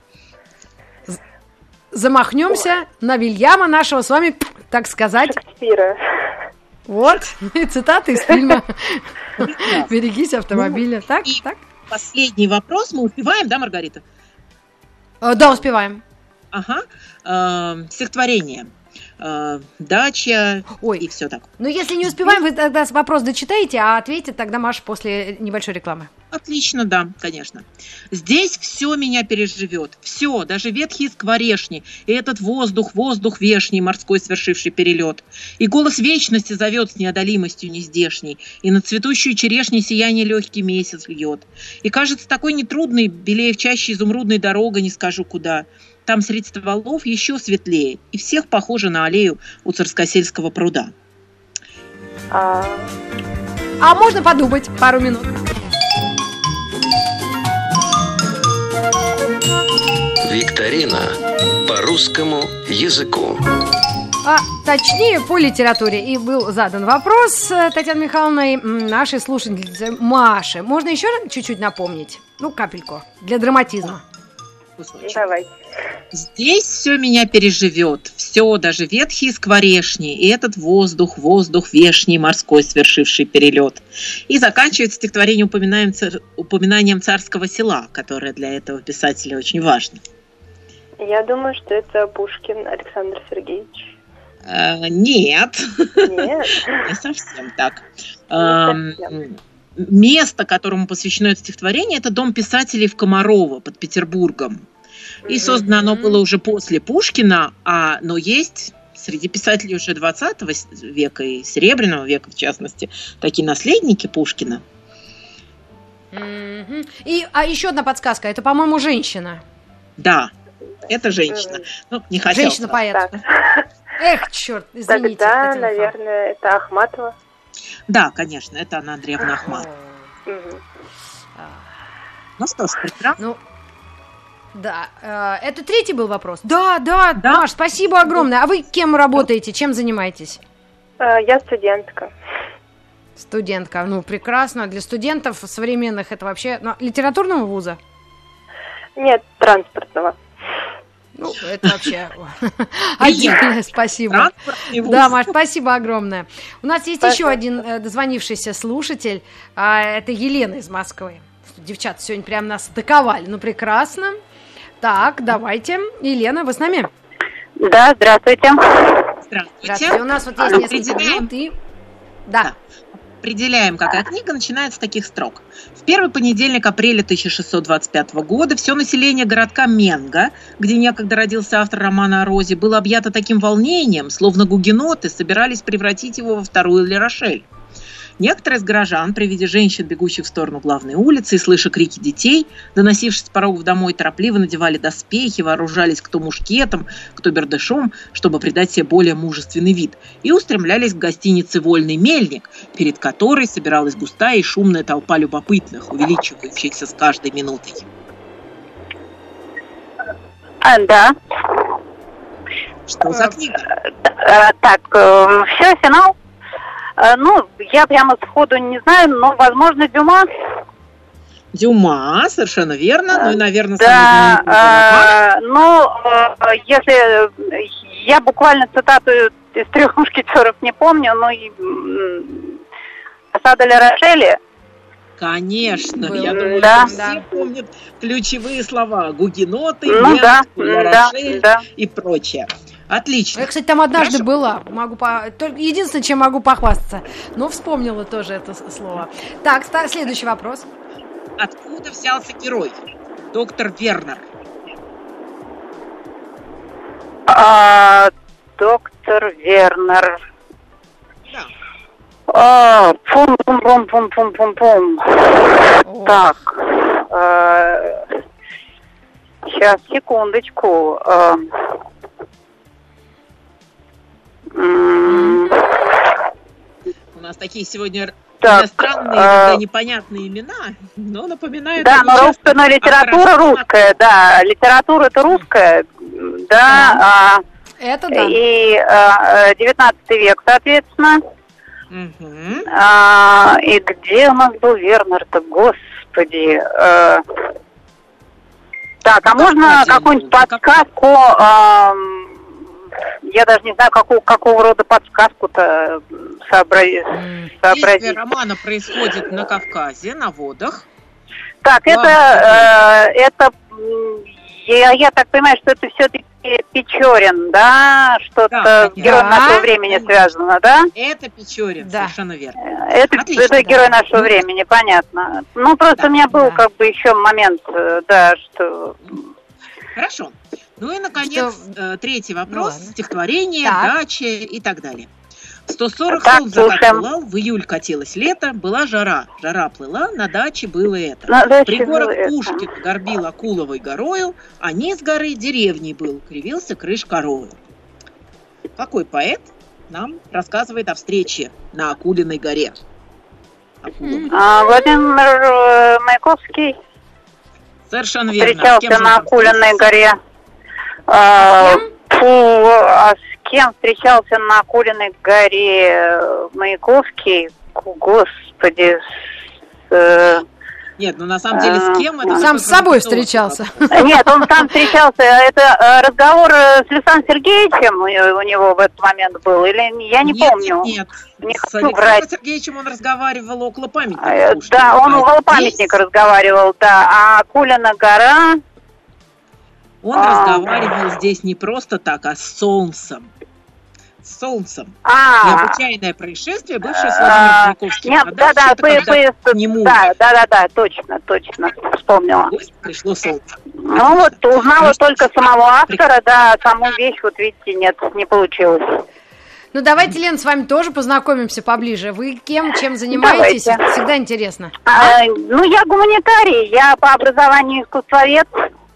[SPEAKER 2] Замахнемся на Вильяма нашего с вами, так сказать.
[SPEAKER 6] Шекспира.
[SPEAKER 2] Вот, цитаты из фильма «Берегись автомобиля». Так, так.
[SPEAKER 3] Последний вопрос. Мы успеваем, да, Маргарита?
[SPEAKER 2] Да, успеваем.
[SPEAKER 3] Ага. Стихотворение. Дача Ой. и все так.
[SPEAKER 2] Ну, если не успеваем, вы тогда вопрос дочитаете, а ответит тогда Маша после небольшой рекламы.
[SPEAKER 3] Отлично, да, конечно. Здесь все меня переживет. Все, даже ветхие скворешни. И этот воздух, воздух вешний, морской свершивший перелет. И голос вечности зовет с неодолимостью нездешней. И на цветущую черешней сияние легкий месяц льет. И кажется такой нетрудной, белее в чаще изумрудной дорога, не скажу куда. Там среди стволов еще светлее, и всех похоже на аллею у Царскосельского пруда.
[SPEAKER 6] А,
[SPEAKER 2] А можно подумать пару минут.
[SPEAKER 1] Викторина по русскому языку.
[SPEAKER 2] А точнее, по литературе. И был задан вопрос э, Татьяной Михайловной, м, нашей слушательнице Маше. Можно еще раз чуть-чуть напомнить? Ну, капельку, для драматизма.
[SPEAKER 3] Кусочек.
[SPEAKER 6] давайте.
[SPEAKER 3] Здесь все меня переживет, все, даже ветхие скворечни, и этот воздух, воздух вешний, морской, свершивший перелет. И заканчивается стихотворение упоминанием, цар- упоминанием царского села, которое для этого писателя очень важно.
[SPEAKER 6] Я думаю, что это Пушкин Александр Сергеевич.
[SPEAKER 3] Э, нет,
[SPEAKER 6] Нет.
[SPEAKER 3] не совсем так.
[SPEAKER 6] Не
[SPEAKER 3] Эм,
[SPEAKER 6] совсем.
[SPEAKER 3] Место, которому посвящено это стихотворение, это дом писателей в Комарово под Петербургом. И создано оно было уже после Пушкина, а, но есть среди писателей уже двадцатого века и Серебряного века, в частности, такие наследники Пушкина.
[SPEAKER 2] Мгм. И, а еще одна подсказка. Это, по-моему, женщина.
[SPEAKER 3] Да, это женщина. Ну, не хотела.
[SPEAKER 2] Женщина-поэт.
[SPEAKER 6] Так,
[SPEAKER 2] Эх, черт, извините.
[SPEAKER 6] тогда,
[SPEAKER 2] Татьяна Михайловна.
[SPEAKER 6] наверное, это Ахматова.
[SPEAKER 3] Да, конечно, это Анна Андреевна Ахматова.
[SPEAKER 6] Мгм.
[SPEAKER 3] Ну что ж, прекрасно.
[SPEAKER 2] Ну, да. э, Это третий был вопрос? Да, да,
[SPEAKER 3] Да.
[SPEAKER 2] Маш, спасибо огромное. А вы кем работаете, чем занимаетесь?
[SPEAKER 6] А, Я студентка.
[SPEAKER 2] Студентка. Ну, прекрасно. Для студентов современных это вообще... Ну, литературного вуза?
[SPEAKER 6] Нет, транспортного.
[SPEAKER 2] Ну, это вообще... Отдельное спасибо.
[SPEAKER 3] Транспортный вуз.
[SPEAKER 2] Да, Маш, спасибо огромное. У нас есть еще
[SPEAKER 6] Пожалуйста.
[SPEAKER 2] один э, дозвонившийся слушатель. а, Это Елена из Москвы. Девчата сегодня прям нас атаковали. Ну, прекрасно. Так, давайте. Елена, вы с нами?
[SPEAKER 4] Да, здравствуйте.
[SPEAKER 3] Здравствуйте.
[SPEAKER 2] Здравствуйте. У нас вот есть несколько
[SPEAKER 3] Определяем.
[SPEAKER 2] минут и... Да.
[SPEAKER 3] Определяем, какая книга начинается с таких строк. В первый понедельник апреля тысяча шестьсот двадцать пятого года все население городка Менго, где некогда родился автор романа о Розе, было объято таким волнением, словно гугеноты собирались превратить его во вторую Ля-Рошель. Некоторые из горожан при виде женщин, бегущих в сторону главной улицы и слыша крики детей, доносившись с порогов домой, торопливо надевали доспехи, вооружались кто мушкетом, кто бердышом, чтобы придать себе более мужественный вид, и устремлялись к гостинице «Вольный мельник», перед которой собиралась густая и шумная толпа любопытных, увеличивающихся с каждой минутой.
[SPEAKER 4] А, да.
[SPEAKER 3] Что за книга?
[SPEAKER 4] Э, Так, все, финал. Э, Ну, я прямо сходу не знаю, но, возможно, Дюма.
[SPEAKER 3] Дюма, совершенно верно. Ну и, наверное,
[SPEAKER 4] Да,
[SPEAKER 3] самый
[SPEAKER 4] э, ну, э, если я буквально цитату из «Трех мушкетеров» не помню, но и, м, «Осада Ля-Рошели».
[SPEAKER 3] Конечно,
[SPEAKER 2] Было.
[SPEAKER 3] я думаю,
[SPEAKER 4] Да.
[SPEAKER 3] что все помнят ключевые слова: гугеноты,
[SPEAKER 4] Ну
[SPEAKER 3] Менг,
[SPEAKER 4] да,
[SPEAKER 3] Ля-Рошель
[SPEAKER 4] да, да.
[SPEAKER 3] и прочее. Отлично.
[SPEAKER 2] Я, кстати, там однажды
[SPEAKER 3] Хорошо.
[SPEAKER 2] была. Могу по... Только единственное, чем могу похвастаться. Но вспомнила тоже это с- слово. Так, ста- следующий вопрос.
[SPEAKER 3] Откуда взялся герой? Доктор Вернер.
[SPEAKER 4] А, доктор Вернер.
[SPEAKER 3] Да.
[SPEAKER 4] А, пум-пум-пум-пум-пум-пум.
[SPEAKER 2] О.
[SPEAKER 4] Так. Сейчас, секундочку. А, м,
[SPEAKER 3] У нас такие сегодня
[SPEAKER 4] Так,
[SPEAKER 3] иностранные,
[SPEAKER 4] а,
[SPEAKER 3] иногда непонятные имена, но напоминают...
[SPEAKER 4] Да,
[SPEAKER 3] они
[SPEAKER 4] но
[SPEAKER 3] часто
[SPEAKER 4] русская, но литература
[SPEAKER 3] автора
[SPEAKER 4] русская, да. Литература это русская, да. а,
[SPEAKER 2] Это да.
[SPEAKER 4] И а, девятнадцатый век, соответственно.
[SPEAKER 3] Мгм.
[SPEAKER 4] А, и где у нас был Вернер-то, господи. а. Так, а
[SPEAKER 3] Ну,
[SPEAKER 4] можно
[SPEAKER 3] как
[SPEAKER 4] какую-нибудь
[SPEAKER 3] один был,
[SPEAKER 4] подсказку? а, я даже не знаю, какого, какого рода подсказку-то сообразить.
[SPEAKER 2] М.
[SPEAKER 3] Действие романа происходит на Кавказе, на водах.
[SPEAKER 4] Так,
[SPEAKER 3] Ладно.
[SPEAKER 4] это, э, это, м, я, я так понимаю, что это все-таки Печорин, да? Что-то
[SPEAKER 3] Да,
[SPEAKER 4] с героем
[SPEAKER 2] да,
[SPEAKER 4] нашего времени
[SPEAKER 3] конечно.
[SPEAKER 4] связано, да?
[SPEAKER 3] Это Печорин,
[SPEAKER 2] Да.
[SPEAKER 3] совершенно верно.
[SPEAKER 4] Это,
[SPEAKER 3] Отлично,
[SPEAKER 4] это
[SPEAKER 3] да.
[SPEAKER 4] герой нашего
[SPEAKER 3] Ну,
[SPEAKER 4] времени, понятно. Ну, просто
[SPEAKER 3] да,
[SPEAKER 4] у меня был
[SPEAKER 2] да.
[SPEAKER 4] как бы еще момент, э, да, что...
[SPEAKER 3] Хорошо. Ну и, наконец,
[SPEAKER 2] Что-
[SPEAKER 3] э, третий
[SPEAKER 2] Ну
[SPEAKER 3] вопрос.
[SPEAKER 2] ладно.
[SPEAKER 3] Стихотворение,
[SPEAKER 2] Так.
[SPEAKER 3] дача и так далее. сто сорок
[SPEAKER 4] Так,
[SPEAKER 3] солнц закат
[SPEAKER 4] слушаем.
[SPEAKER 3] пылал, в июль катилось лето, была жара, жара плыла, на даче было это.
[SPEAKER 4] На даче
[SPEAKER 3] Пригорок
[SPEAKER 4] было это.
[SPEAKER 3] Пушкин горбил Акуловой горою, а низ горы деревней был, кривился крыш коровы. Какой поэт? нам рассказывает о встрече на Акулиной горе. Акулиной.
[SPEAKER 4] А, Владимир Маяковский
[SPEAKER 3] Совершенно верно.
[SPEAKER 4] встречался на Акулиной горе. А, фу, а с кем встречался на Акулиной горе Маяковский? Господи, с... э,
[SPEAKER 3] Нет, ну на самом деле с кем это?
[SPEAKER 2] Сам с собой встречался.
[SPEAKER 4] Нет, он там встречался. Это разговор с Александром Сергеевичем у него в этот момент был? Или я не
[SPEAKER 3] нет,
[SPEAKER 4] помню.
[SPEAKER 3] Нет,
[SPEAKER 4] Не
[SPEAKER 3] с
[SPEAKER 4] хочу
[SPEAKER 3] Александром
[SPEAKER 4] врать.
[SPEAKER 3] Сергеевичем он разговаривал около памятника. Пушкину.
[SPEAKER 4] Да, он
[SPEAKER 3] А
[SPEAKER 4] около
[SPEAKER 3] здесь
[SPEAKER 4] памятника разговаривал, да. А Акулина гора...
[SPEAKER 3] Он
[SPEAKER 4] А.
[SPEAKER 3] разговаривал здесь не просто так, а с солнцем. С солнцем.
[SPEAKER 4] А,
[SPEAKER 3] Необычайное происшествие, бывшее с Владимиром Маяковским.
[SPEAKER 4] нет,
[SPEAKER 3] А
[SPEAKER 4] да,
[SPEAKER 3] дальше
[SPEAKER 4] да,
[SPEAKER 3] это когда
[SPEAKER 4] поезд,
[SPEAKER 3] к нему
[SPEAKER 4] да, да, да, да, точно, точно, вспомнила.
[SPEAKER 3] в гости пришло солнце.
[SPEAKER 4] Ну вот, узнала
[SPEAKER 3] Хорошо.
[SPEAKER 4] только самого автора, да, а саму вещь, вот видите, нет, не получилось.
[SPEAKER 2] Ну, давайте, Лен, с вами тоже познакомимся поближе. Вы кем, чем занимаетесь?
[SPEAKER 4] Давайте.
[SPEAKER 2] Всегда интересно.
[SPEAKER 4] А, ну, я гуманитарий, я по образованию искусствовед.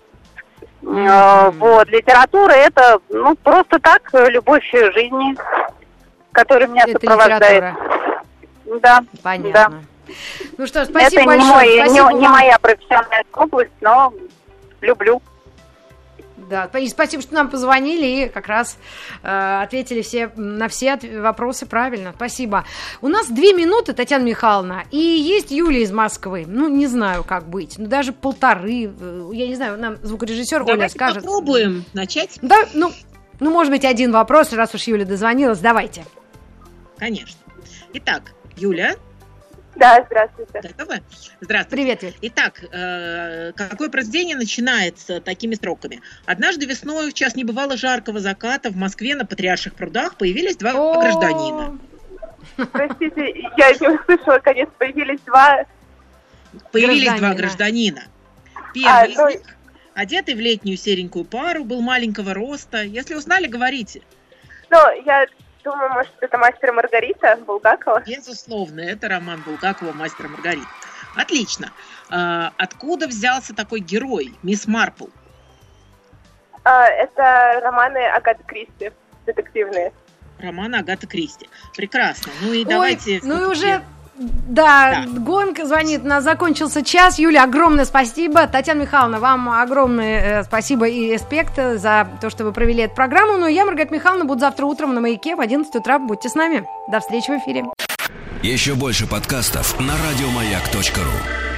[SPEAKER 4] Э, Вот, литература это, ну, просто так, любовь к жизни, которая меня
[SPEAKER 2] Это
[SPEAKER 4] сопровождает.
[SPEAKER 2] литература.
[SPEAKER 4] Да,
[SPEAKER 2] Понятно. Ну что ж, спасибо
[SPEAKER 4] это
[SPEAKER 2] большое.
[SPEAKER 4] не, мой,
[SPEAKER 2] Спасибо
[SPEAKER 4] не, не
[SPEAKER 2] вам.
[SPEAKER 4] моя профессиональная область, но люблю.
[SPEAKER 2] Да, и спасибо, что нам позвонили и как раз э, ответили все, на все от- вопросы правильно. Спасибо. У нас две минуты, Татьяна Михайловна, и есть Юлия из Москвы. Ну, не знаю, как быть. Ну, даже полторы. э, Я не знаю, нам звукорежиссер Оля
[SPEAKER 3] Давайте
[SPEAKER 2] скажет.
[SPEAKER 3] попробуем начать.
[SPEAKER 2] Да, ну, ну, может быть, один вопрос, раз уж Юля дозвонилась. Давайте.
[SPEAKER 3] Конечно. Итак, Юля,
[SPEAKER 6] Да, здравствуйте.
[SPEAKER 3] готова? Здравствуйте.
[SPEAKER 2] Привет, Юль.
[SPEAKER 3] Итак, э, какое произведение начинается такими строками? Однажды весной, в час небывало жаркого заката, в Москве на Патриарших прудах появились два
[SPEAKER 2] О,
[SPEAKER 3] гражданина.
[SPEAKER 6] Простите, я не услышала, конец, появились два...
[SPEAKER 3] Появились
[SPEAKER 2] Гражданина.
[SPEAKER 3] два гражданина. Первый из
[SPEAKER 6] ну-
[SPEAKER 3] них, одетый в летнюю серенькую пару, был маленького роста. Если узнали, говорите.
[SPEAKER 6] Ну, я думаю, может, это «Мастер и Маргарита» Булгакова.
[SPEAKER 3] Безусловно, это роман Булгакова «Мастер и Маргарита». Отлично. А, откуда взялся такой герой, мисс Марпл?
[SPEAKER 6] А, это романы Агаты Кристи, детективные.
[SPEAKER 3] Роман Агаты Кристи. Прекрасно. Ну и
[SPEAKER 2] Ой,
[SPEAKER 3] давайте...
[SPEAKER 2] ну и
[SPEAKER 3] всё-таки-
[SPEAKER 2] уже, да,
[SPEAKER 3] Да.
[SPEAKER 2] гонка звонит, у нас закончился час. Юля, огромное спасибо. Татьяна Михайловна, вам огромное э, спасибо и респект за то, что вы провели эту программу. Ну и я, Маргарита Михайловна, буду завтра утром на «Маяке» в одиннадцать утра. Будьте с нами. До встречи в эфире.
[SPEAKER 7] Еще больше подкастов на радиомаяк точка ру.